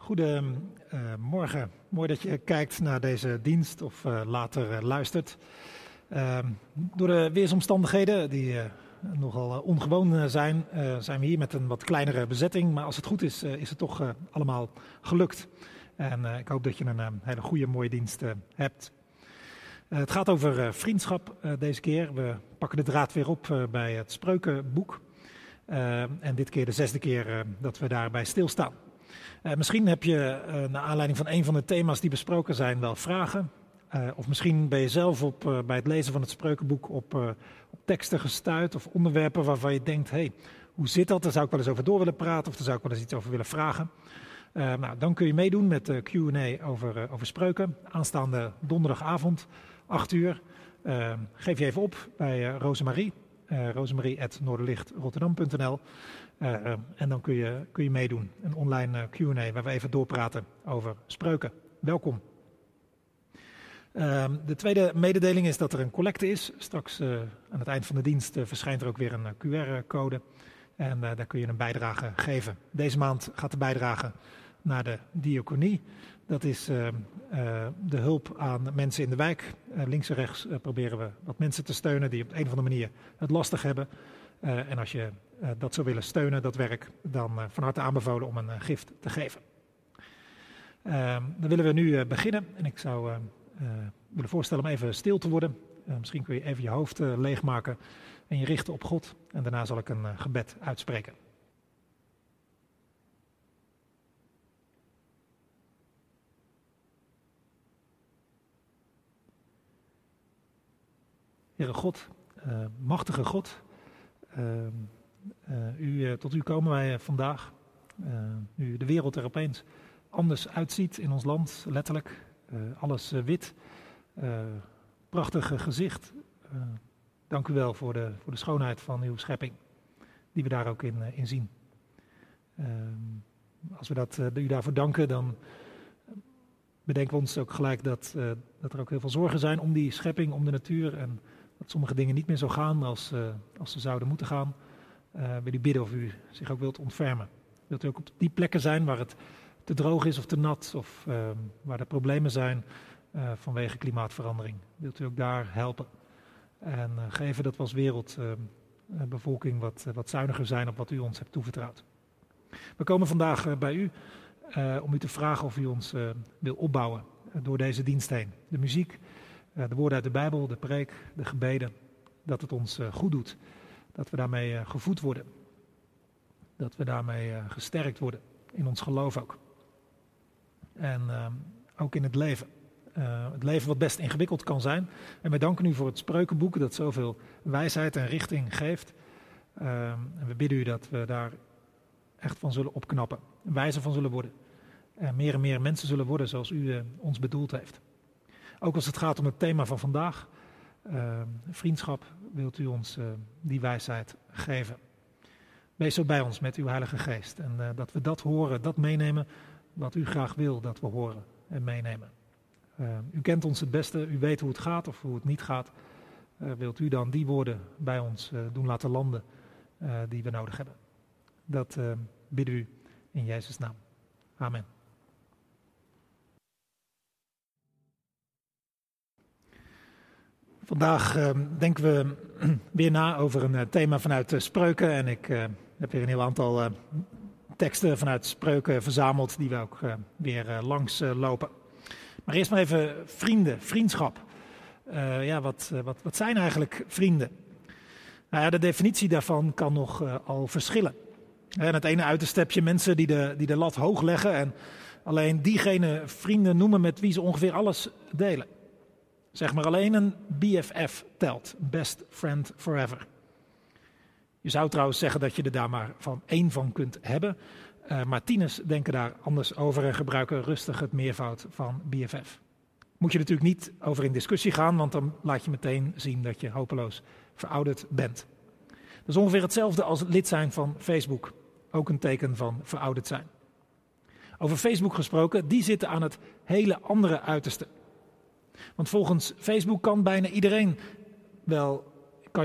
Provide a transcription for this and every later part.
Goedemorgen. Mooi dat je kijkt naar deze dienst of later luistert. Door de weersomstandigheden die nogal ongewoon zijn, zijn we hier met een wat kleinere bezetting. Maar als het goed is, is het toch allemaal gelukt. En ik hoop dat je een hele goede, mooie dienst hebt. Het gaat over vriendschap deze keer. We pakken de draad weer op bij het Spreukenboek. En dit keer de 6e keer dat we daarbij stilstaan. Misschien heb je naar aanleiding van een van de thema's die besproken zijn wel vragen. Of misschien ben je zelf bij het lezen van het Spreukenboek op teksten gestuit of onderwerpen waarvan je denkt, hey, hoe zit dat? Daar zou ik wel eens over door willen praten of daar zou ik wel eens iets over willen vragen. Dan kun je meedoen met de Q&A over Spreuken. Aanstaande donderdagavond, 8:00. Geef je even op bij Rosemarie. Rosemarie@noorderlichtrotterdam.nl. En dan kun je meedoen. Een online Q&A waar we even doorpraten over Spreuken. Welkom. De tweede mededeling is dat er een collecte is. Straks aan het eind van de dienst verschijnt er ook weer een QR-code. En daar kun je een bijdrage geven. Deze maand gaat de bijdrage naar de diaconie. Dat is de hulp aan mensen in de wijk. Links en rechts proberen we wat mensen te steunen die op de een of andere manier het lastig hebben. En als je dat zou willen steunen, dat werk, dan van harte aanbevolen om een gift te geven. Dan willen we nu beginnen. En ik zou willen voorstellen om even stil te worden. Misschien kun je even je hoofd leegmaken en je richten op God. En daarna zal ik een gebed uitspreken. Heere God, machtige God, tot u komen wij vandaag. Nu de wereld er opeens anders uitziet in ons land, letterlijk. Alles wit, prachtig gezicht. Dank u wel voor de schoonheid van uw schepping, die we daar ook in zien. Als we u daarvoor danken, dan bedenken we ons ook gelijk dat er ook heel veel zorgen zijn om die schepping, om de natuur. En dat sommige dingen niet meer zo gaan als ze zouden moeten gaan. Wil u bidden of u zich ook wilt ontfermen. Wilt u ook op die plekken zijn waar het te droog is of te nat of waar er problemen zijn vanwege klimaatverandering. Wilt u ook daar helpen en geven dat we als wereldbevolking wat zuiniger zijn op wat u ons hebt toevertrouwd. We komen vandaag bij u om u te vragen of u ons wil opbouwen door deze dienst heen. De muziek, de woorden uit de Bijbel, de preek, de gebeden, dat het ons goed doet. Dat we daarmee gevoed worden. Dat we daarmee gesterkt worden. In ons geloof ook. En ook in het leven. Het leven wat best ingewikkeld kan zijn. En wij danken u voor het Spreukenboek dat zoveel wijsheid en richting geeft. En we bidden u dat we daar echt van zullen opknappen. Wijzer van zullen worden. En meer mensen zullen worden zoals u ons bedoeld heeft. Ook als het gaat om het thema van vandaag. Vriendschap, wilt u ons die wijsheid geven. Wees zo bij ons met uw Heilige Geest. En dat we dat horen, dat meenemen wat u graag wil dat we horen en meenemen. U kent ons het beste, u weet hoe het gaat of hoe het niet gaat. Wilt u dan die woorden bij ons doen laten landen die we nodig hebben. Dat bidden u in Jezus' naam. Amen. Vandaag denken we weer na over een thema vanuit Spreuken. En ik heb weer een heel aantal teksten vanuit Spreuken verzameld die we ook weer langs lopen. Maar eerst maar even vriendschap. Wat zijn eigenlijk vrienden? Nou ja, de definitie daarvan kan nog al verschillen. En het ene uiterste heb je mensen die de lat hoog leggen en alleen diegene vrienden noemen met wie ze ongeveer alles delen. Zeg maar alleen een BFF telt, best friend forever. Je zou trouwens zeggen dat je er daar maar van één van kunt hebben. Maar tieners denken daar anders over en gebruiken rustig het meervoud van BFF. Moet je natuurlijk niet over in discussie gaan, want dan laat je meteen zien dat je hopeloos verouderd bent. Dat is ongeveer hetzelfde als lid zijn van Facebook. Ook een teken van verouderd zijn. Over Facebook gesproken, die zitten aan het hele andere uiterste. Want volgens Facebook kan je bijna iedereen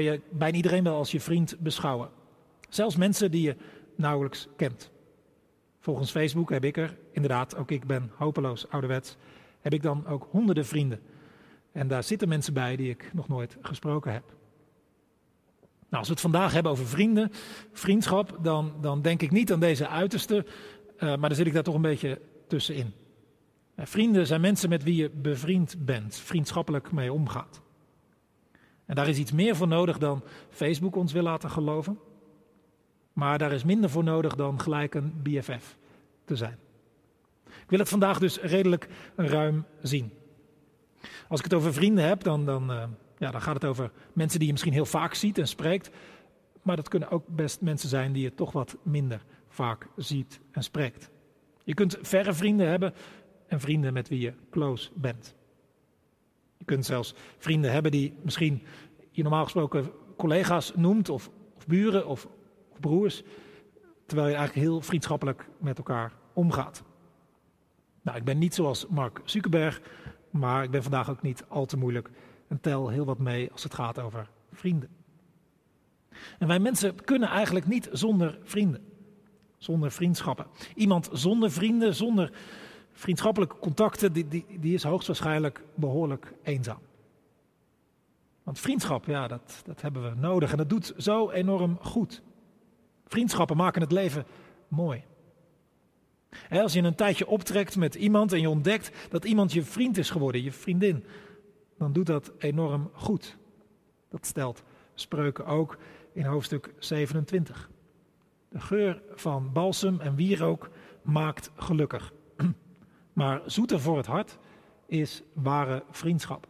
wel als je vriend beschouwen. Zelfs mensen die je nauwelijks kent. Volgens Facebook heb ik er, inderdaad, ook ik ben hopeloos ouderwets, heb ik dan ook honderden vrienden. En daar zitten mensen bij die ik nog nooit gesproken heb. Nou, als we het vandaag hebben over vrienden, vriendschap, dan denk ik niet aan deze uiterste, maar dan zit ik daar toch een beetje tussenin. Vrienden zijn mensen met wie je bevriend bent, vriendschappelijk mee omgaat. En daar is iets meer voor nodig dan Facebook ons wil laten geloven. Maar daar is minder voor nodig dan gelijk een BFF te zijn. Ik wil het vandaag dus redelijk ruim zien. Als ik het over vrienden heb, dan gaat het over mensen die je misschien heel vaak ziet en spreekt. Maar dat kunnen ook best mensen zijn die je toch wat minder vaak ziet en spreekt. Je kunt verre vrienden hebben en vrienden met wie je close bent. Je kunt zelfs vrienden hebben die misschien je normaal gesproken collega's noemt of buren of broers, terwijl je eigenlijk heel vriendschappelijk met elkaar omgaat. Nou, ik ben niet zoals Mark Zuckerberg, maar ik ben vandaag ook niet al te moeilijk en tel heel wat mee als het gaat over vrienden. En wij mensen kunnen eigenlijk niet zonder vrienden, zonder vriendschappen. Iemand zonder vrienden, zonder vriendschappelijke contacten, die is hoogstwaarschijnlijk behoorlijk eenzaam. Want vriendschap, ja, dat hebben we nodig en dat doet zo enorm goed. Vriendschappen maken het leven mooi. Als je een tijdje optrekt met iemand en je ontdekt dat iemand je vriend is geworden, je vriendin, dan doet dat enorm goed. Dat stelt Spreuken ook in hoofdstuk 27. De geur van balsem en wierook maakt gelukkig. Maar zoeter voor het hart is ware vriendschap.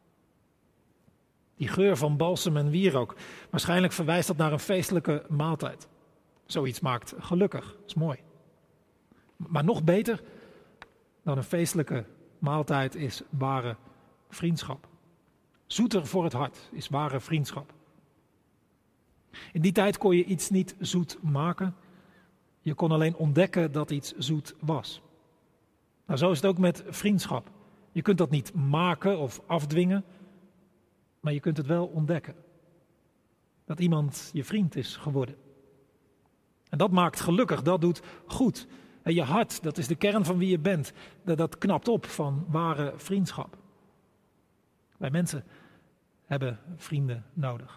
Die geur van balsem en wierook, waarschijnlijk verwijst dat naar een feestelijke maaltijd. Zoiets maakt gelukkig, dat is mooi. Maar nog beter dan een feestelijke maaltijd is ware vriendschap. Zoeter voor het hart is ware vriendschap. In die tijd kon je iets niet zoet maken. Je kon alleen ontdekken dat iets zoet was. Nou, zo is het ook met vriendschap. Je kunt dat niet maken of afdwingen, maar je kunt het wel ontdekken. Dat iemand je vriend is geworden. En dat maakt gelukkig, dat doet goed. En je hart, dat is de kern van wie je bent. Dat knapt op van ware vriendschap. Wij mensen hebben vrienden nodig.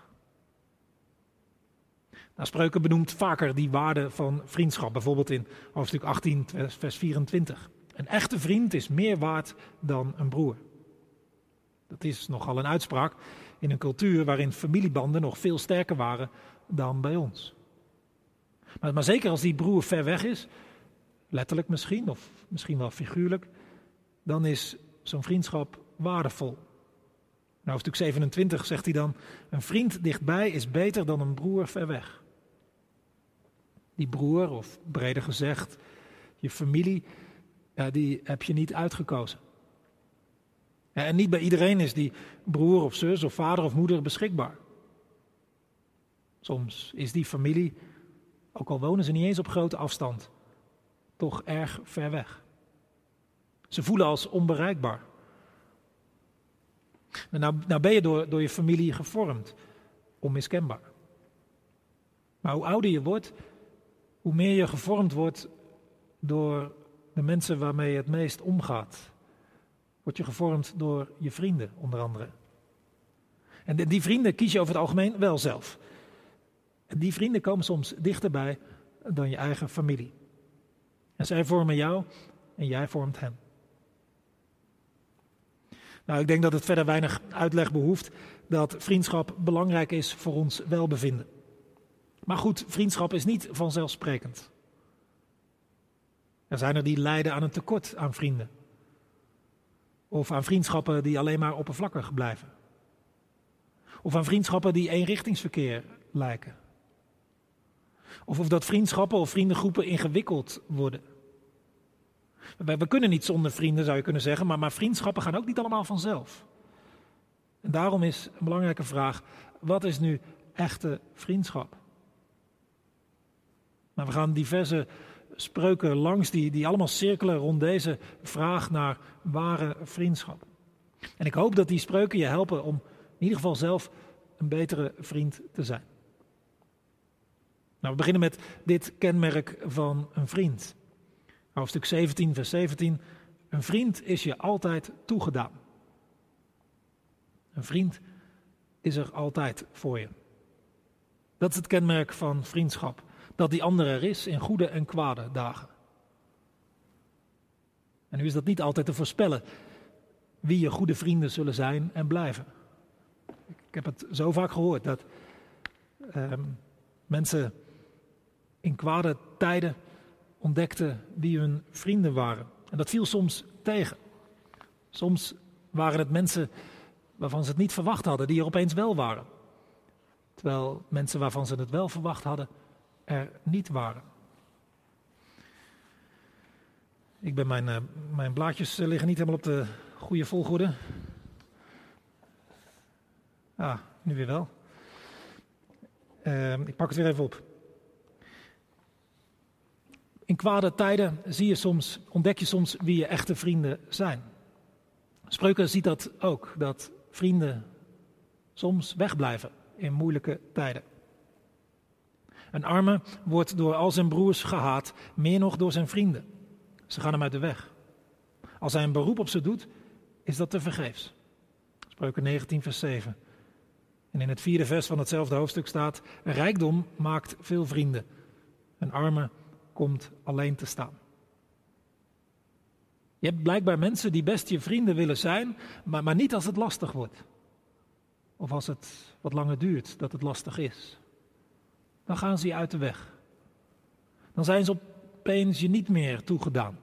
Nou, Spreuken benoemt vaker die waarde van vriendschap. Bijvoorbeeld in hoofdstuk 18, vers 24. Een echte vriend is meer waard dan een broer. Dat is nogal een uitspraak in een cultuur waarin familiebanden nog veel sterker waren dan bij ons. Maar zeker als die broer ver weg is, letterlijk misschien, of misschien wel figuurlijk, dan is zo'n vriendschap waardevol. In hoofdstuk 27 zegt hij dan, een vriend dichtbij is beter dan een broer ver weg. Die broer, of breder gezegd, je familie, die heb je niet uitgekozen. En niet bij iedereen is die broer of zus of vader of moeder beschikbaar. Soms is die familie, ook al wonen ze niet eens op grote afstand, toch erg ver weg. Ze voelen als onbereikbaar. Nou ben je door je familie gevormd, onmiskenbaar. Maar hoe ouder je wordt, hoe meer je gevormd wordt door de mensen waarmee je het meest omgaat. Word je gevormd door je vrienden, onder andere. En die vrienden kies je over het algemeen wel zelf. En die vrienden komen soms dichterbij dan je eigen familie. En zij vormen jou en jij vormt hen. Nou, ik denk dat het verder weinig uitleg behoeft dat vriendschap belangrijk is voor ons welbevinden. Maar goed, vriendschap is niet vanzelfsprekend. Er zijn er die lijden aan een tekort aan vrienden. Of aan vriendschappen die alleen maar oppervlakkig blijven. Of aan vriendschappen die eenrichtingsverkeer lijken. Of dat vriendschappen of vriendengroepen ingewikkeld worden. We kunnen niet zonder vrienden, zou je kunnen zeggen, maar vriendschappen gaan ook niet allemaal vanzelf. En daarom is een belangrijke vraag, wat is nu echte vriendschap? Nou, we gaan diverse spreuken langs die allemaal cirkelen rond deze vraag naar ware vriendschap. En ik hoop dat die spreuken je helpen om in ieder geval zelf een betere vriend te zijn. Nou, we beginnen met dit kenmerk van een vriend. Hoofdstuk 17, vers 17. Een vriend is je altijd toegedaan. Een vriend is er altijd voor je. Dat is het kenmerk van vriendschap. Dat die ander er is in goede en kwade dagen. En nu is dat niet altijd te voorspellen wie je goede vrienden zullen zijn en blijven. Ik heb het zo vaak gehoord dat mensen in kwade tijden ontdekten wie hun vrienden waren. En dat viel soms tegen. Soms waren het mensen waarvan ze het niet verwacht hadden, die er opeens wel waren. Terwijl mensen waarvan ze het wel verwacht hadden, er niet waren. Mijn blaadjes liggen niet helemaal op de goede volgorde. Nu weer wel. Ik pak het weer even op. In kwade tijden ontdek je soms wie je echte vrienden zijn. Spreuken ziet dat ook, dat vrienden soms wegblijven in moeilijke tijden. Een arme wordt door al zijn broers gehaat, meer nog door zijn vrienden. Ze gaan hem uit de weg. Als hij een beroep op ze doet, is dat tevergeefs. Spreuken 19 vers 7. En in het 4e vers van hetzelfde hoofdstuk staat: rijkdom maakt veel vrienden. Een arme komt alleen te staan. Je hebt blijkbaar mensen die best je vrienden willen zijn, maar niet als het lastig wordt. Of als het wat langer duurt, dat het lastig is. Dan gaan ze je uit de weg. Dan zijn ze opeens je niet meer toegedaan.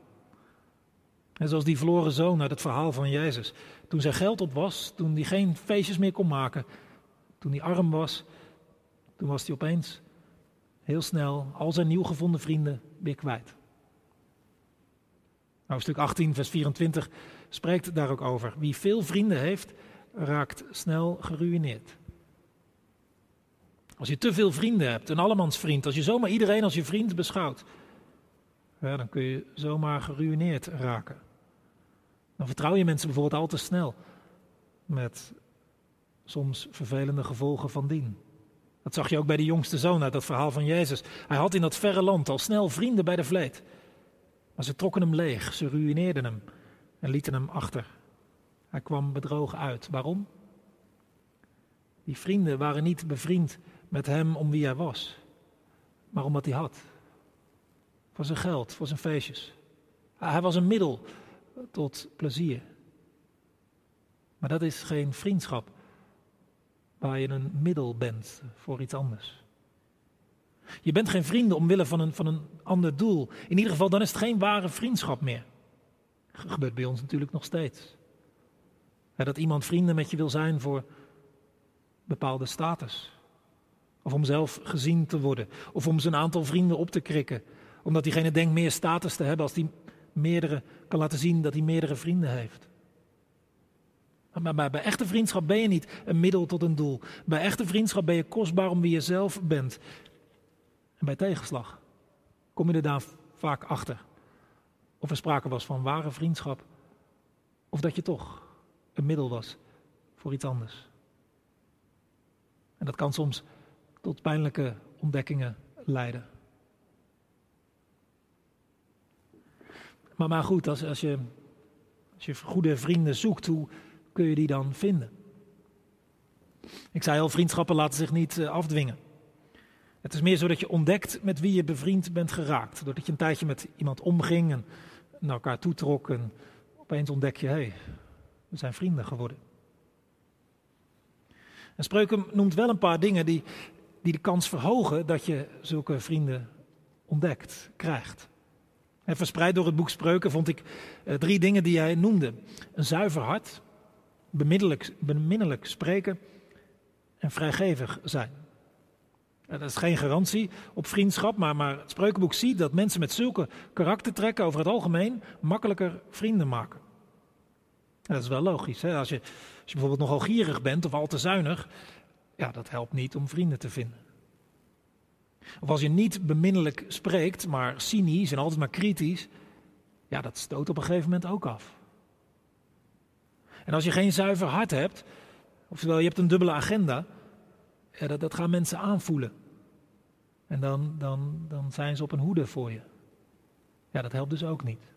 En zoals die verloren zoon uit het verhaal van Jezus. Toen zijn geld op was, toen hij geen feestjes meer kon maken, toen hij arm was, toen was hij opeens heel snel al zijn nieuw gevonden vrienden weer kwijt. Hoofdstuk 18 vers 24 spreekt daar ook over. Wie veel vrienden heeft, raakt snel geruïneerd. Als je te veel vrienden hebt, een allemansvriend, als je zomaar iedereen als je vriend beschouwt, dan kun je zomaar geruïneerd raken. Dan vertrouw je mensen bijvoorbeeld al te snel, met soms vervelende gevolgen van dien. Dat zag je ook bij de jongste zoon uit dat verhaal van Jezus. Hij had in dat verre land al snel vrienden bij de vleet. Maar ze trokken hem leeg, ze ruïneerden hem en lieten hem achter. Hij kwam bedrogen uit. Waarom? Die vrienden waren niet bevriend met hem om wie hij was, maar om wat hij had. Voor zijn geld, voor zijn feestjes. Hij was een middel tot plezier. Maar dat is geen vriendschap waar je een middel bent voor iets anders. Je bent geen vrienden omwille van een ander doel. In ieder geval, dan is het geen ware vriendschap meer. Dat gebeurt bij ons natuurlijk nog steeds. Dat iemand vrienden met je wil zijn voor bepaalde status. Of om zelf gezien te worden. Of om zijn aantal vrienden op te krikken. Omdat diegene denkt meer status te hebben als die meerdere kan laten zien dat hij meerdere vrienden heeft. Maar bij echte vriendschap ben je niet een middel tot een doel. Bij echte vriendschap ben je kostbaar om wie je zelf bent. En bij tegenslag kom je er daar vaak achter. Of er sprake was van ware vriendschap. Of dat je toch een middel was voor iets anders. En dat kan soms tot pijnlijke ontdekkingen leiden. Maar goed, als je goede vrienden zoekt, hoe kun je die dan vinden? Ik zei al, vriendschappen laten zich niet afdwingen. Het is meer zo dat je ontdekt met wie je bevriend bent geraakt. Doordat je een tijdje met iemand omging en naar elkaar toetrok en opeens ontdek je, we zijn vrienden geworden. En Spreuken noemt wel een paar dingen die de kans verhogen dat je zulke vrienden ontdekt, krijgt. En verspreid door het boek Spreuken vond ik 3 dingen die hij noemde. Een zuiver hart, beminnelijk spreken en vrijgevig zijn. Dat is geen garantie op vriendschap, maar het Spreukenboek ziet dat mensen met zulke karaktertrekken over het algemeen makkelijker vrienden maken. En dat is wel logisch. Hè? Als je bijvoorbeeld nogal gierig bent of al te zuinig, dat helpt niet om vrienden te vinden. Of als je niet beminnelijk spreekt, maar cynisch en altijd maar kritisch, dat stoot op een gegeven moment ook af. En als je geen zuiver hart hebt, oftewel je hebt een dubbele agenda, dat gaan mensen aanvoelen. En dan zijn ze op een hoede voor je. Ja, dat helpt dus ook niet.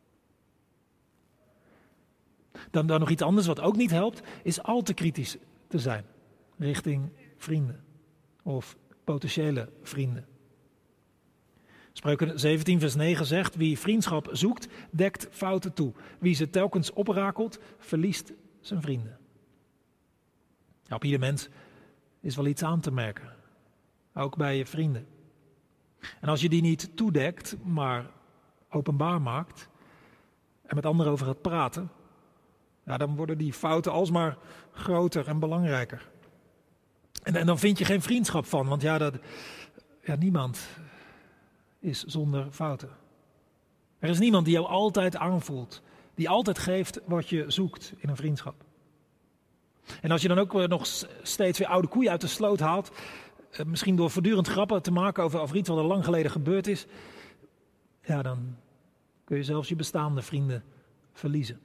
Dan nog iets anders wat ook niet helpt, is al te kritisch te zijn richting vrienden of potentiële vrienden. Spreuken 17 vers 9 zegt, wie vriendschap zoekt, dekt fouten toe. Wie ze telkens oprakelt, verliest zijn vrienden. Ja, op ieder mens is wel iets aan te merken, ook bij je vrienden. En als je die niet toedekt, maar openbaar maakt en met anderen over gaat praten, ja, dan worden die fouten alsmaar groter en belangrijker. En dan vind je geen vriendschap van, want niemand is zonder fouten. Er is niemand die jou altijd aanvoelt, die altijd geeft wat je zoekt in een vriendschap. En als je dan ook nog steeds weer oude koeien uit de sloot haalt, misschien door voortdurend grappen te maken over iets wat al lang geleden gebeurd is, ja, dan kun je zelfs je bestaande vrienden verliezen.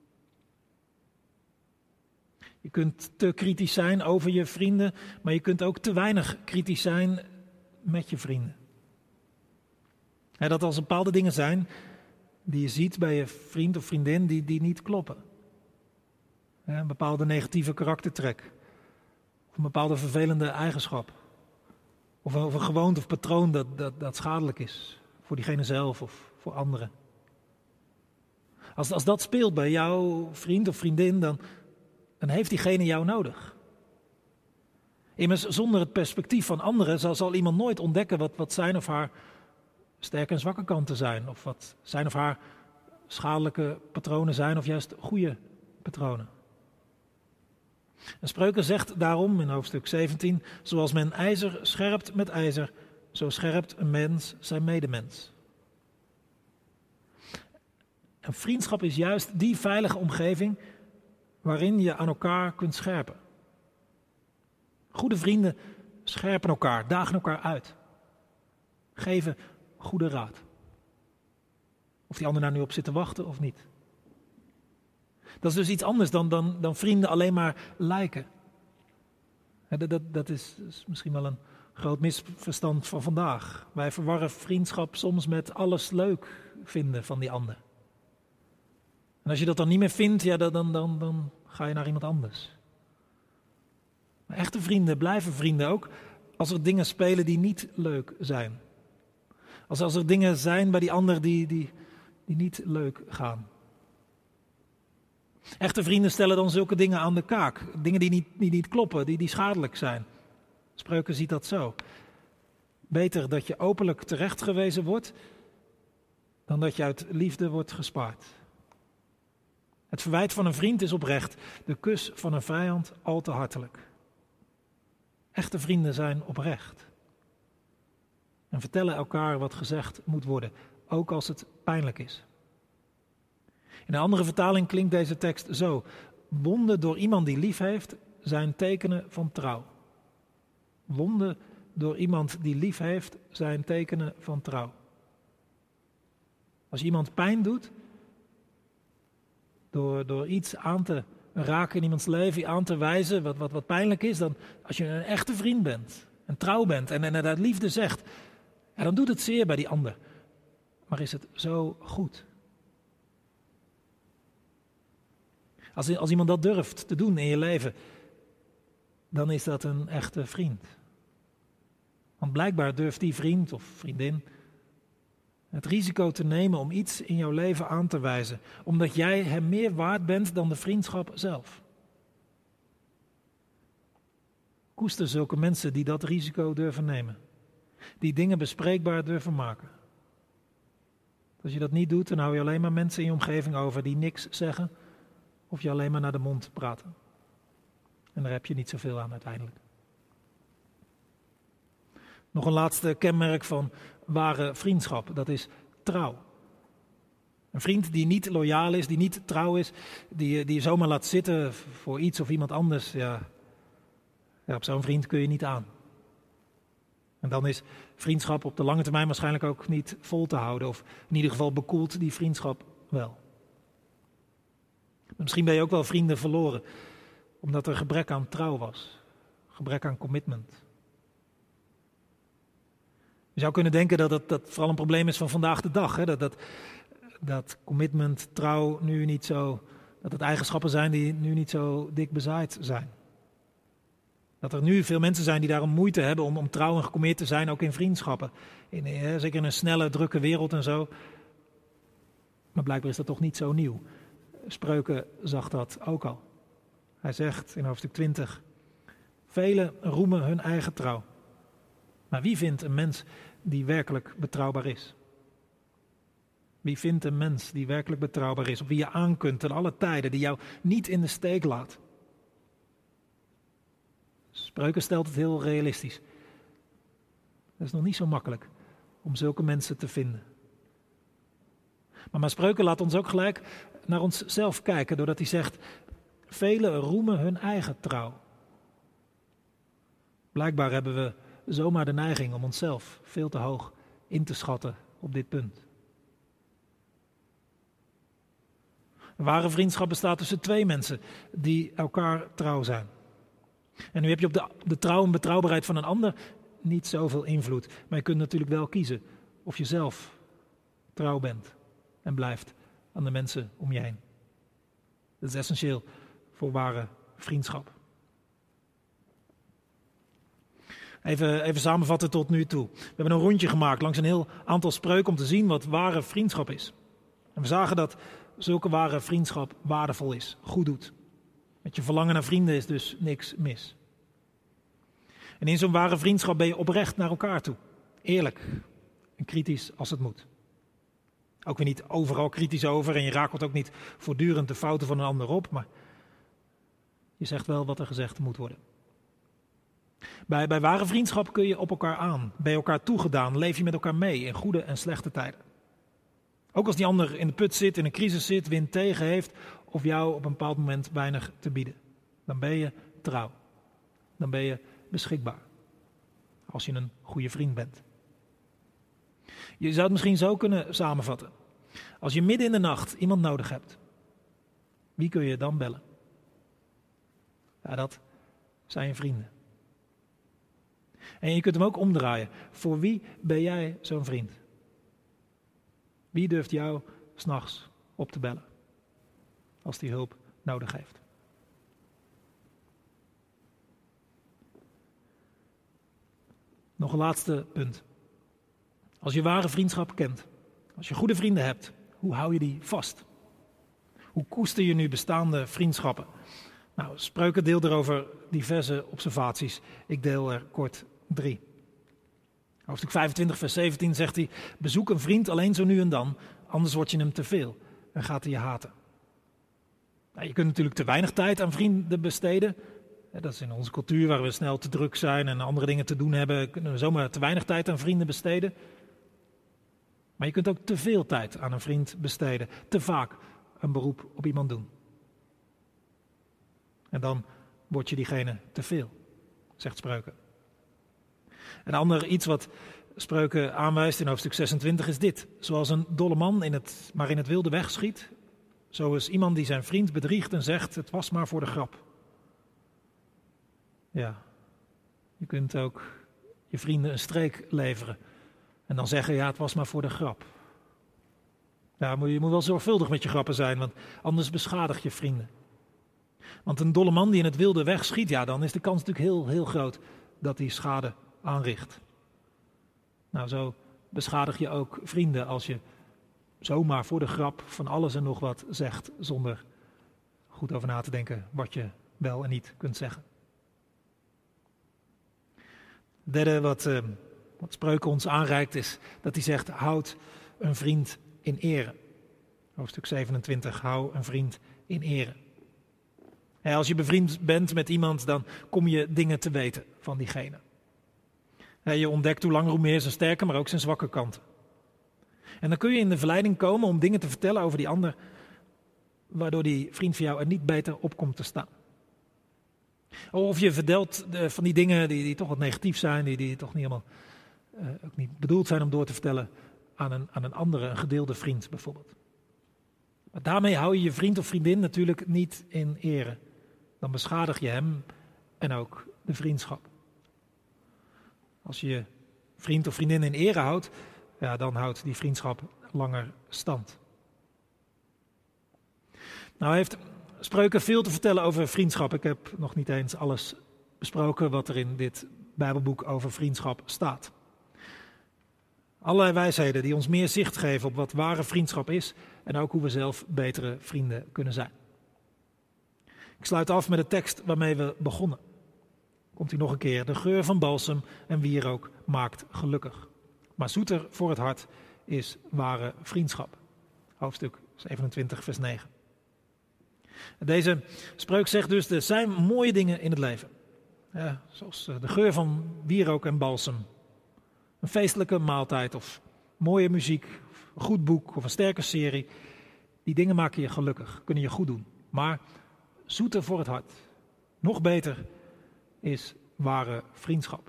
Je kunt te kritisch zijn over je vrienden, maar je kunt ook te weinig kritisch zijn met je vrienden. Dat als er bepaalde dingen zijn die je ziet bij je vriend of vriendin die niet kloppen. Een bepaalde negatieve karaktertrek. Of een bepaalde vervelende eigenschap. Of een gewoonte of patroon dat schadelijk is. Voor diegene zelf of voor anderen. Als dat speelt bij jouw vriend of vriendin, dan heeft diegene jou nodig. Immers, zonder het perspectief van anderen zal iemand nooit ontdekken wat zijn of haar sterke en zwakke kanten zijn. Of wat zijn of haar schadelijke patronen zijn of juist goede patronen. En Spreuken zegt daarom in hoofdstuk 17, zoals men ijzer scherpt met ijzer, zo scherpt een mens zijn medemens. En vriendschap is juist die veilige omgeving waarin je aan elkaar kunt scherpen. Goede vrienden scherpen elkaar, dagen elkaar uit. Geven goede raad. Of die ander daar nu op zit te wachten of niet. Dat is dus iets anders dan vrienden alleen maar lijken. Dat is misschien wel een groot misverstand van vandaag. Wij verwarren vriendschap soms met alles leuk vinden van die ander. En als je dat dan niet meer vindt, ja, dan ga je naar iemand anders. Maar echte vrienden blijven vrienden ook als er dingen spelen die niet leuk zijn. Als er dingen zijn bij die ander die niet leuk gaan. Echte vrienden stellen dan zulke dingen aan de kaak. Dingen die niet kloppen, die schadelijk zijn. Spreuken ziet dat zo. Beter dat je openlijk terechtgewezen wordt, dan dat je uit liefde wordt gespaard. Het verwijt van een vriend is oprecht, de kus van een vijand al te hartelijk. Echte vrienden zijn oprecht. En vertellen elkaar wat gezegd moet worden, ook als het pijnlijk is. In een andere vertaling klinkt deze tekst zo. Wonden door iemand die lief heeft, zijn tekenen van trouw. Wonden door iemand die lief heeft, zijn tekenen van trouw. Als je iemand pijn doet, door iets aan te raken in iemands leven, aan te wijzen wat pijnlijk is, dan als je een echte vriend bent en trouw bent en uit liefde zegt, ja, dan doet het zeer bij die ander. Maar is het zo goed? Als iemand dat durft te doen in je leven, dan is dat een echte vriend. Want blijkbaar durft die vriend of vriendin het risico te nemen om iets in jouw leven aan te wijzen, omdat jij hem meer waard bent dan de vriendschap zelf. Koester zulke mensen die dat risico durven nemen, die dingen bespreekbaar durven maken. Als je dat niet doet, dan hou je alleen maar mensen in je omgeving over die niks zeggen, of je alleen maar naar de mond praten. En daar heb je niet zoveel aan uiteindelijk. Nog een laatste kenmerk van ware vriendschap, dat is trouw. Een vriend die niet loyaal is, die niet trouw is, die je zomaar laat zitten voor iets of iemand anders, ja, op zo'n vriend kun je niet aan. En dan is vriendschap op de lange termijn waarschijnlijk ook niet vol te houden, of in ieder geval bekoelt die vriendschap wel. Misschien ben je ook wel vrienden verloren, omdat er gebrek aan trouw was, gebrek aan commitment. Je zou kunnen denken dat dat vooral een probleem is van vandaag de dag. Hè? Dat commitment, trouw nu niet zo, dat het eigenschappen zijn die nu niet zo dik bezaaid zijn. Dat er nu veel mensen zijn die daarom moeite hebben om trouw en gecommitteerd te zijn, ook in vriendschappen. Zeker in een snelle, drukke wereld en zo. Maar blijkbaar is dat toch niet zo nieuw. Spreuken zag dat ook al. Hij zegt in hoofdstuk 20, velen roemen hun eigen trouw. Maar wie vindt een mens die werkelijk betrouwbaar is? Wie vindt een mens die werkelijk betrouwbaar is, op wie je aan kunt ten alle tijden, die jou niet in de steek laat? Spreuken stelt het heel realistisch. Het is nog niet zo makkelijk om zulke mensen te vinden. Maar Spreuken laat ons ook gelijk naar onszelf kijken, doordat hij zegt, velen roemen hun eigen trouw. Blijkbaar hebben we zomaar de neiging om onszelf veel te hoog in te schatten op dit punt. Een ware vriendschap bestaat tussen twee mensen die elkaar trouw zijn. En nu heb je op de trouw en betrouwbaarheid van een ander niet zoveel invloed. Maar je kunt natuurlijk wel kiezen of je zelf trouw bent en blijft aan de mensen om je heen. Dat is essentieel voor ware vriendschap. Even samenvatten tot nu toe. We hebben een rondje gemaakt langs een heel aantal spreuken om te zien wat ware vriendschap is. En we zagen dat zulke ware vriendschap waardevol is, goed doet. Met je verlangen naar vrienden is dus niks mis. En in zo'n ware vriendschap ben je oprecht naar elkaar toe. Eerlijk en kritisch als het moet. Ook weer niet overal kritisch over en je rakelt ook niet voortdurend de fouten van een ander op, maar je zegt wel wat er gezegd moet worden. Bij ware vriendschap kun je op elkaar aan, bij elkaar toegedaan, leef je met elkaar mee in goede en slechte tijden. Ook als die ander in de put zit, in een crisis zit, wind tegen heeft of jou op een bepaald moment weinig te bieden. Dan ben je trouw. Dan ben je beschikbaar. Als je een goede vriend bent. Je zou het misschien zo kunnen samenvatten. Als je midden in de nacht iemand nodig hebt, wie kun je dan bellen? Ja, dat zijn je vrienden. En je kunt hem ook omdraaien. Voor wie ben jij zo'n vriend? Wie durft jou 's nachts op te bellen als die hulp nodig heeft? Nog een laatste punt. Als je ware vriendschap kent, als je goede vrienden hebt, hoe hou je die vast? Hoe koester je nu bestaande vriendschappen? Nou, Spreuken deelt erover diverse observaties. Ik deel er kort 3. Hoofdstuk 25, vers 17 zegt hij, bezoek een vriend alleen zo nu en dan, anders word je hem te veel en gaat hij je haten. Nou, je kunt natuurlijk te weinig tijd aan vrienden besteden. Dat is in onze cultuur waar we snel te druk zijn en andere dingen te doen hebben, kunnen we zomaar te weinig tijd aan vrienden besteden. Maar je kunt ook te veel tijd aan een vriend besteden, te vaak een beroep op iemand doen. En dan word je diegene te veel, zegt Spreuken. Een ander iets wat Spreuken aanwijst in hoofdstuk 26 is dit. Zoals een dolle man maar in het wilde wegschiet, zo is iemand die zijn vriend bedriegt en zegt, het was maar voor de grap. Ja, je kunt ook je vrienden een streek leveren en dan zeggen, ja, het was maar voor de grap. Ja, je moet wel zorgvuldig met je grappen zijn, want anders beschadig je vrienden. Want een dolle man die in het wilde wegschiet, ja, dan is de kans natuurlijk heel, heel groot dat hij schade aanricht. Nou, zo beschadig je ook vrienden als je zomaar voor de grap van alles en nog wat zegt, zonder goed over na te denken wat je wel en niet kunt zeggen. Het derde wat Spreuken ons aanreikt is dat hij zegt, houd een vriend in ere. Hoofdstuk 27, hou een vriend in ere. En als je bevriend bent met iemand, dan kom je dingen te weten van diegene. Je ontdekt hoe langer hoe meer zijn sterke, maar ook zijn zwakke kanten. En dan kun je in de verleiding komen om dingen te vertellen over die ander, waardoor die vriend van jou er niet beter op komt te staan. Of je vertelt van die dingen die toch wat negatief zijn, die toch niet helemaal ook niet bedoeld zijn om door te vertellen aan een andere, een gedeelde vriend bijvoorbeeld. Maar daarmee hou je je vriend of vriendin natuurlijk niet in ere. Dan beschadig je hem en ook de vriendschap. Als je je vriend of vriendin in ere houdt, ja, dan houdt die vriendschap langer stand. Nou heeft Spreuken veel te vertellen over vriendschap. Ik heb nog niet eens alles besproken wat er in dit Bijbelboek over vriendschap staat. Allerlei wijsheden die ons meer zicht geven op wat ware vriendschap is en ook hoe we zelf betere vrienden kunnen zijn. Ik sluit af met de tekst waarmee we begonnen. Komt hij nog een keer. De geur van balsem en wierook maakt gelukkig. Maar zoeter voor het hart is ware vriendschap. Hoofdstuk 27 vers 9. Deze spreuk zegt dus, er zijn mooie dingen in het leven. Ja, zoals de geur van wierook en balsem. Een feestelijke maaltijd of mooie muziek, of een goed boek of een sterke serie. Die dingen maken je gelukkig, kunnen je goed doen. Maar zoeter voor het hart, nog beter, is ware vriendschap.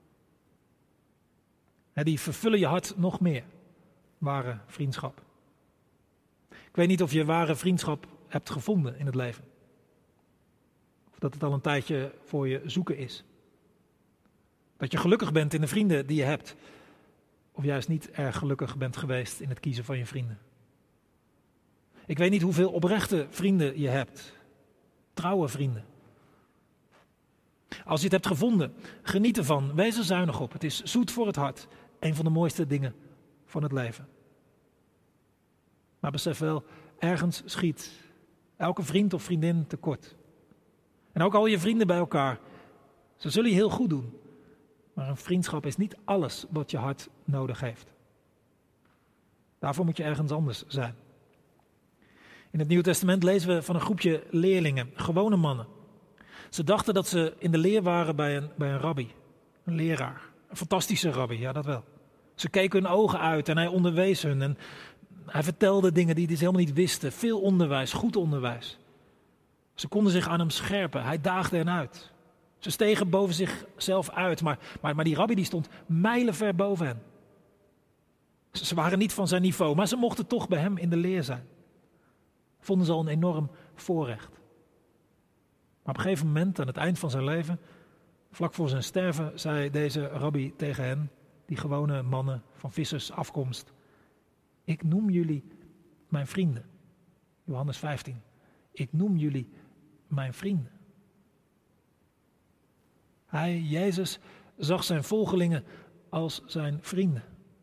Die vervullen je hart nog meer, ware vriendschap. Ik weet niet of je ware vriendschap hebt gevonden in het leven. Of dat het al een tijdje voor je zoeken is. Dat je gelukkig bent in de vrienden die je hebt. Of juist niet erg gelukkig bent geweest in het kiezen van je vrienden. Ik weet niet hoeveel oprechte vrienden je hebt. Trouwe vrienden. Als je het hebt gevonden, geniet ervan. Wees er zuinig op. Het is zoet voor het hart. Een van de mooiste dingen van het leven. Maar besef wel, ergens schiet elke vriend of vriendin tekort. En ook al je vrienden bij elkaar. Ze zullen je heel goed doen. Maar een vriendschap is niet alles wat je hart nodig heeft. Daarvoor moet je ergens anders zijn. In het Nieuwe Testament lezen we van een groepje leerlingen, gewone mannen. Ze dachten dat ze in de leer waren bij een rabbi, een leraar. Een fantastische rabbi, ja dat wel. Ze keken hun ogen uit en hij onderwees hun. En hij vertelde dingen die ze helemaal niet wisten. Veel onderwijs, goed onderwijs. Ze konden zich aan hem scherpen, hij daagde hen uit. Ze stegen boven zichzelf uit, maar die rabbi die stond mijlenver boven hen. Ze waren niet van zijn niveau, maar ze mochten toch bij hem in de leer zijn. Vonden ze al een enorm voorrecht. Maar op een gegeven moment, aan het eind van zijn leven, vlak voor zijn sterven, zei deze rabbi tegen hen, die gewone mannen van vissersafkomst: ik noem jullie mijn vrienden. Johannes 15. Ik noem jullie mijn vrienden. Hij, Jezus, zag zijn volgelingen als zijn vrienden.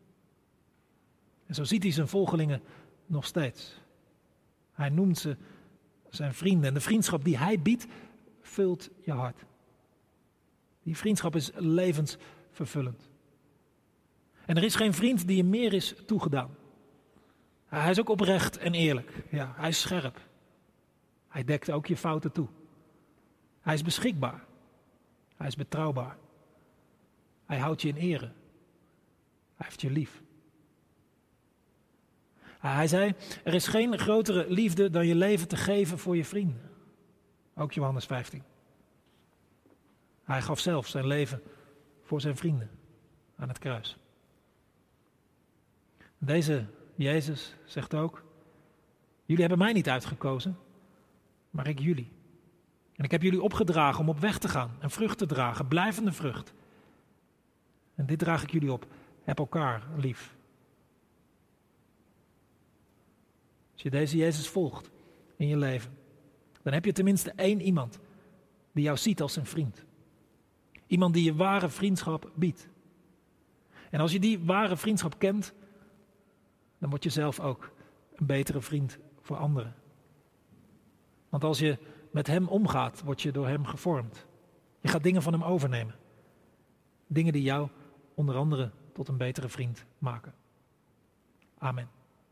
En zo ziet hij zijn volgelingen nog steeds. Hij noemt ze zijn vrienden. En de vriendschap die hij biedt, vult je hart. Die vriendschap is levensvervullend. En er is geen vriend die je meer is toegedaan. Hij is ook oprecht en eerlijk. Ja, hij is scherp. Hij dekt ook je fouten toe. Hij is beschikbaar. Hij is betrouwbaar. Hij houdt je in ere. Hij heeft je lief. Hij zei, er is geen grotere liefde dan je leven te geven voor je vrienden. Ook Johannes 15. Hij gaf zelf zijn leven voor zijn vrienden aan het kruis. Deze Jezus zegt ook, jullie hebben mij niet uitgekozen, maar ik jullie. En ik heb jullie opgedragen om op weg te gaan en vrucht te dragen, blijvende vrucht. En dit draag ik jullie op, heb elkaar lief. Als je deze Jezus volgt in je leven, dan heb je tenminste één iemand die jou ziet als een vriend. Iemand die je ware vriendschap biedt. En als je die ware vriendschap kent, dan word je zelf ook een betere vriend voor anderen. Want als je met hem omgaat, word je door hem gevormd. Je gaat dingen van hem overnemen. Dingen die jou onder andere tot een betere vriend maken. Amen.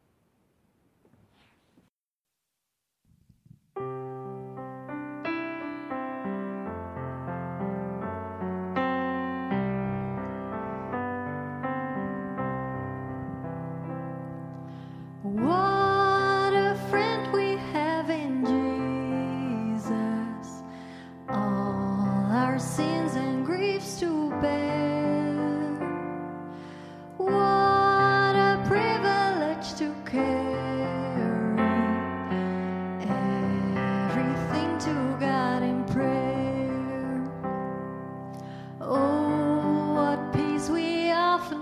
What a friend we have in Jesus, all our sins and griefs to bear. What a privilege to carry everything to God in prayer. Oh, what peace we often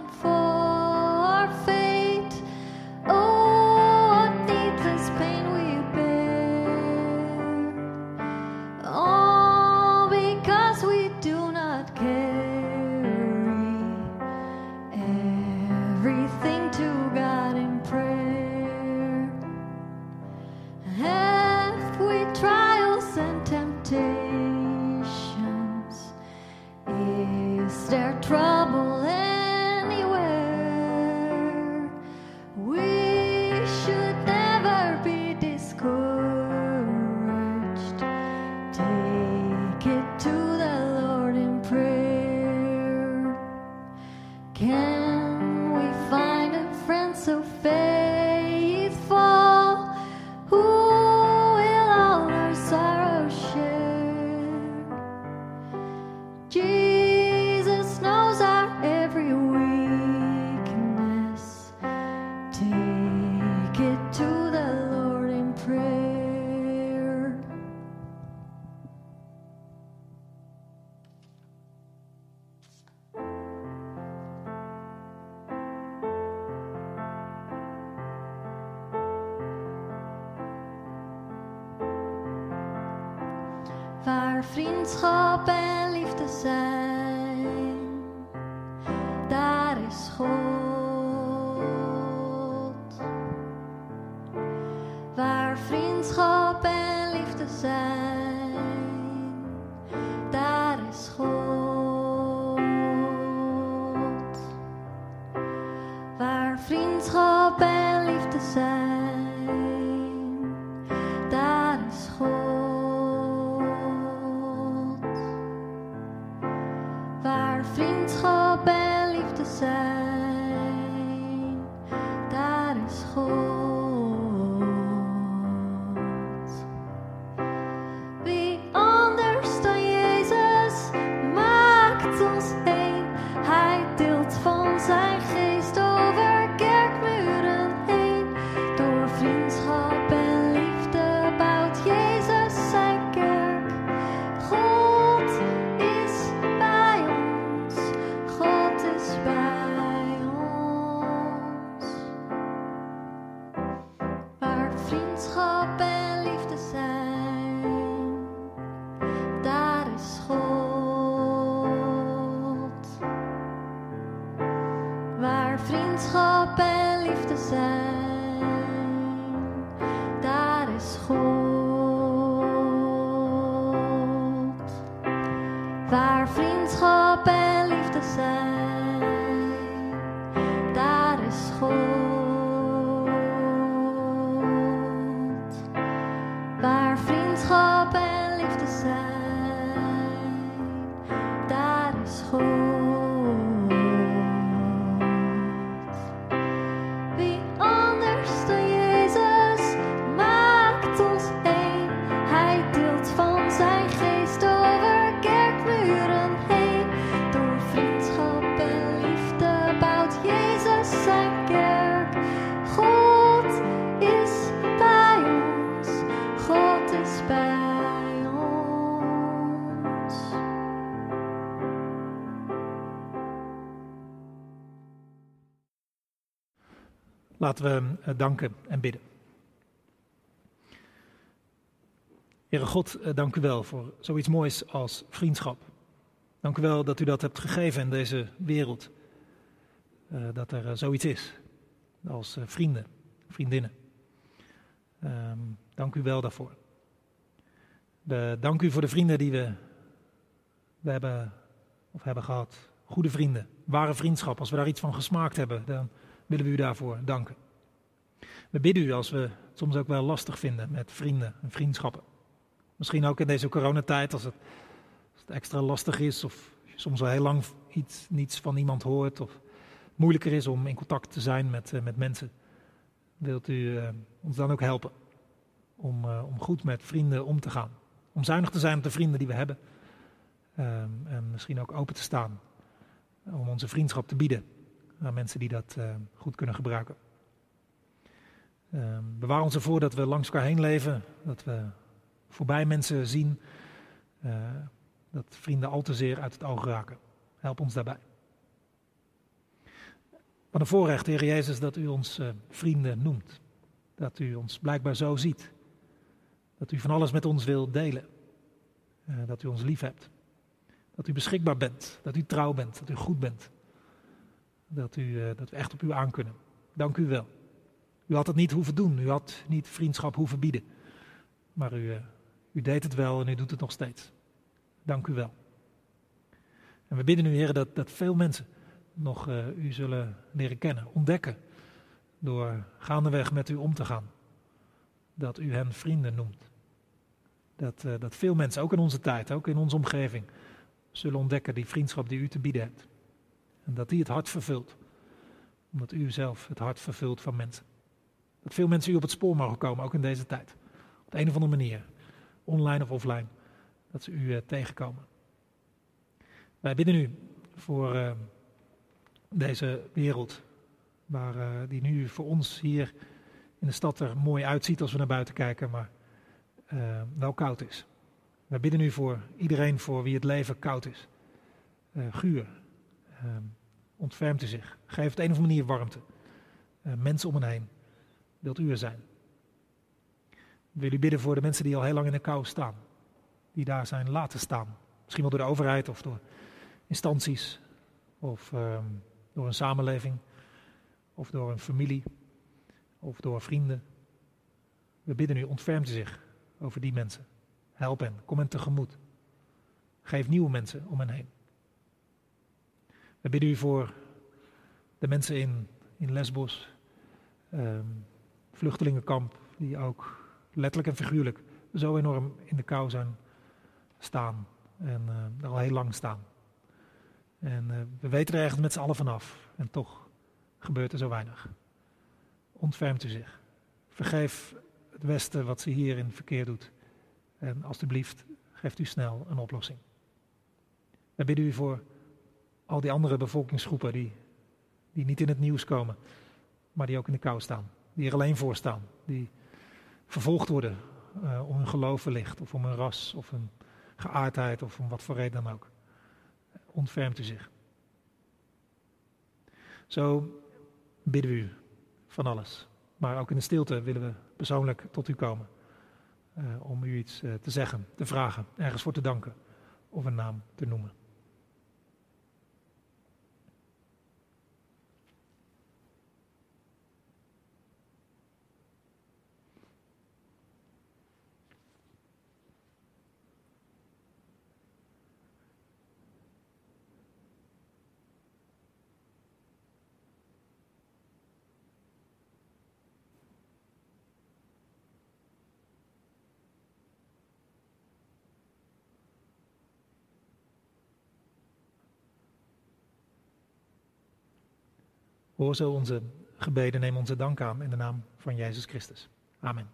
waar vriendschap en liefde zijn, daar is God. Waar vriendschap en liefde zijn, daar is God. Waar vriendschap en liefde zijn, daar is God. Waar vriendschap en liefde zijn, daar is God. Wie anders dan Jezus maakt ons één. Hij deelt van zijn geest over kerkmuren heen. Door vriendschap en liefde bouwt Jezus zijn kerk. God is bij ons, God is bij ons. Waar vriendschap en liefde zijn, daar is God. Waar vriendschap en liefde zijn, daar is God. Waar vriendschap en liefde zijn, daar is God. Waar vriendschap en liefde zijn, daar is God. Wie anders dan Jezus maakt ons één. Hij deelt van zijn geest over kerkmuren heen. Door vriendschap en liefde bouwt Jezus zijn kerk. God is bij ons, God is bij ons. Laten we danken en bidden. Heere God, dank u wel voor zoiets moois als vriendschap. Dank u wel dat u dat hebt gegeven in deze wereld. Dat er zoiets is als vrienden, vriendinnen. Dank u wel daarvoor. Dank u voor de vrienden die we hebben gehad. Goede vrienden, ware vriendschap. Als we daar iets van gesmaakt hebben, dan willen we u daarvoor danken. We bidden u als we het soms ook wel lastig vinden met vrienden en vriendschappen. Misschien ook in deze coronatijd als het extra lastig is of je soms al heel lang niets van iemand hoort of moeilijker is om in contact te zijn met mensen. Wilt u ons dan ook helpen om goed met vrienden om te gaan. Om zuinig te zijn op de vrienden die we hebben. En misschien ook open te staan om onze vriendschap te bieden aan mensen die dat goed kunnen gebruiken. Bewaar ons ervoor dat we langs elkaar heen leven, dat we voorbij mensen zien, dat vrienden al te zeer uit het oog raken. Help ons daarbij. Wat een voorrecht, Heer Jezus, dat u ons vrienden noemt. Dat u ons blijkbaar zo ziet. Dat u van alles met ons wil delen. Dat u ons lief hebt. Dat u beschikbaar bent. Dat u trouw bent. Dat u goed bent. Dat we echt op u aan kunnen. Dank u wel. U had het niet hoeven doen. U had niet vriendschap hoeven bieden. Maar u deed het wel en u doet het nog steeds. Dank u wel. En we bidden u, Heer, dat veel mensen nog u zullen leren kennen, ontdekken. Door gaandeweg met u om te gaan. Dat u hen vrienden noemt. Dat veel mensen, ook in onze tijd, ook in onze omgeving, zullen ontdekken die vriendschap die u te bieden hebt. En dat die het hart vervult. Omdat u zelf het hart vervult van mensen. Dat veel mensen u op het spoor mogen komen, ook in deze tijd. Op de een of andere manier. Online of offline. Dat ze u tegenkomen. Wij bidden u voor deze wereld. Die nu voor ons hier in de stad er mooi uitziet als we naar buiten kijken. Maar wel koud is. Wij bidden u voor iedereen voor wie het leven koud is. Guur. Ontfermt u zich. Geef op de een of andere manier warmte. Mensen om hen heen. Wilt u er zijn. We willen u bidden voor de mensen die al heel lang in de kou staan. die daar zijn laten staan. Misschien wel door de overheid of door instanties of door een samenleving of door een familie of door vrienden. We bidden u, ontfermt u zich over die mensen. Help hen, kom hen tegemoet. Geef nieuwe mensen om hen heen. We bidden u voor de mensen in Lesbos, vluchtelingenkamp, die ook letterlijk en figuurlijk zo enorm in de kou zijn staan en er al heel lang staan. En we weten er ergens met z'n allen vanaf en toch gebeurt er zo weinig. Ontfermt u zich. Vergeef het Westen wat ze hier in verkeer doet. En alstublieft, geeft u snel een oplossing. We bidden u voor al die andere bevolkingsgroepen die niet in het nieuws komen, maar die ook in de kou staan. Die er alleen voor staan. Die vervolgd worden om hun geloof wellicht, of om hun ras, of hun geaardheid, of om wat voor reden dan ook. Ontfermt u zich. Zo bidden we u van alles. Maar ook in de stilte willen we persoonlijk tot u komen. Om u iets te zeggen, te vragen, ergens voor te danken of een naam te noemen. Hoor zo onze gebeden, neem onze dank aan in de naam van Jezus Christus. Amen.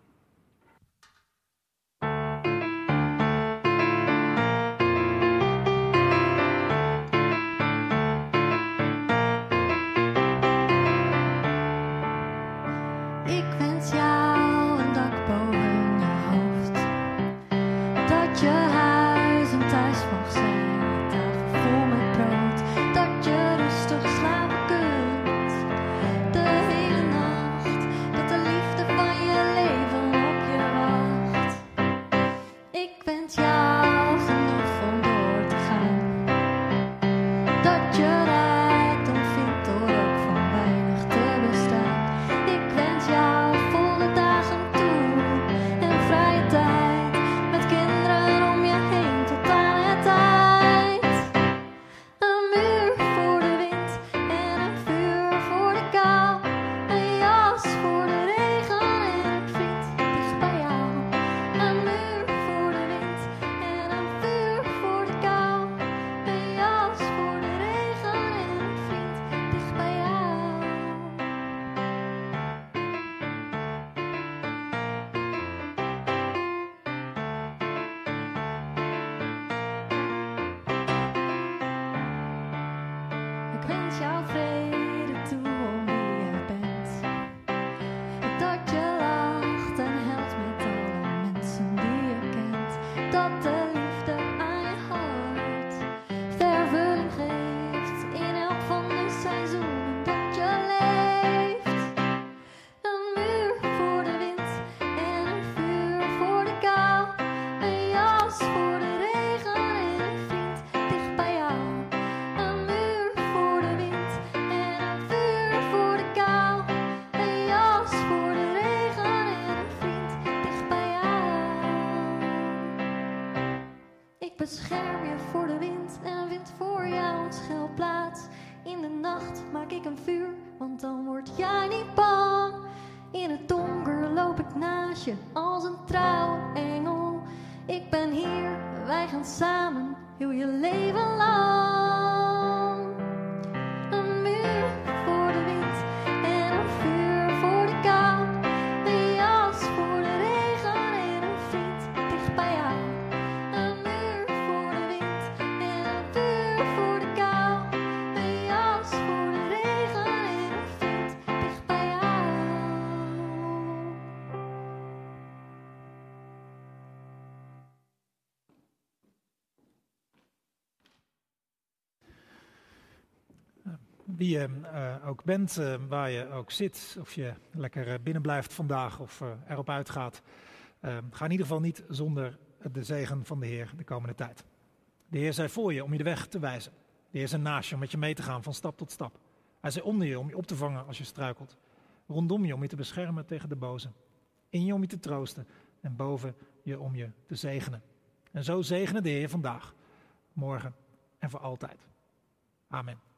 Ik wens jou een dak boven je hoofd, dat je huis een thuis mag zijn, een tafel vol met brood, dat je rustig slapen kunt de hele nacht, dat de liefde van je leven op je wacht. Ik wens jou genoeg om door te gaan, dat je rijkdom vindt door ook van weinig te bestaan. Ik wens jou volle dagen toe en vrije tijd, met kinderen om je heen tot aan het eind. Een muur voor de wind en een vuur voor de kou, een jas voor de regen en een vriend dicht bij jou. Een muur voor de wind en een vuur voor de kou, een jas voor de regen en een vriend dicht bij jou. Ik wens jou vrede toe om wie je bent, dat je lacht en helpt met alle mensen die je kent, dat de liefde aan je hart vervulling geeft in elk van de seizoenen dat je leeft. Een muur voor de wind en een vuur voor de kou, een jas voor de regen en een vriend dicht bij jou. Een muur voor de wind en een vuur voor de kou, een jas voor de regen en een vriend dicht bij jou. Ik bescherm je voor de wind en vind voor jou een schuilplaats. In de nacht maak ik een vuur, want dan word jij niet bang. In het donker loop ik naast je als een trouw engel. Ik ben hier, wij gaan samen heel je leven lang. Een muur voor de wind en een vuur voor de kou, een jas voor de regen en een vriend dicht bij jou. Een muur voor de wind en een vuur voor de kou, een jas voor de regen en een vriend dicht bij jou. Wie je ook bent, waar je ook zit, of je lekker binnen blijft vandaag of erop uitgaat, ga in ieder geval niet zonder de zegen van de Heer de komende tijd. De Heer zij voor je om je de weg te wijzen. De Heer zij naast je om met je mee te gaan van stap tot stap. Hij zij onder je om je op te vangen als je struikelt. Rondom je om je te beschermen tegen de boze. In je om je te troosten en boven je om je te zegenen. En zo zegene de Heer vandaag, morgen en voor altijd. Amen.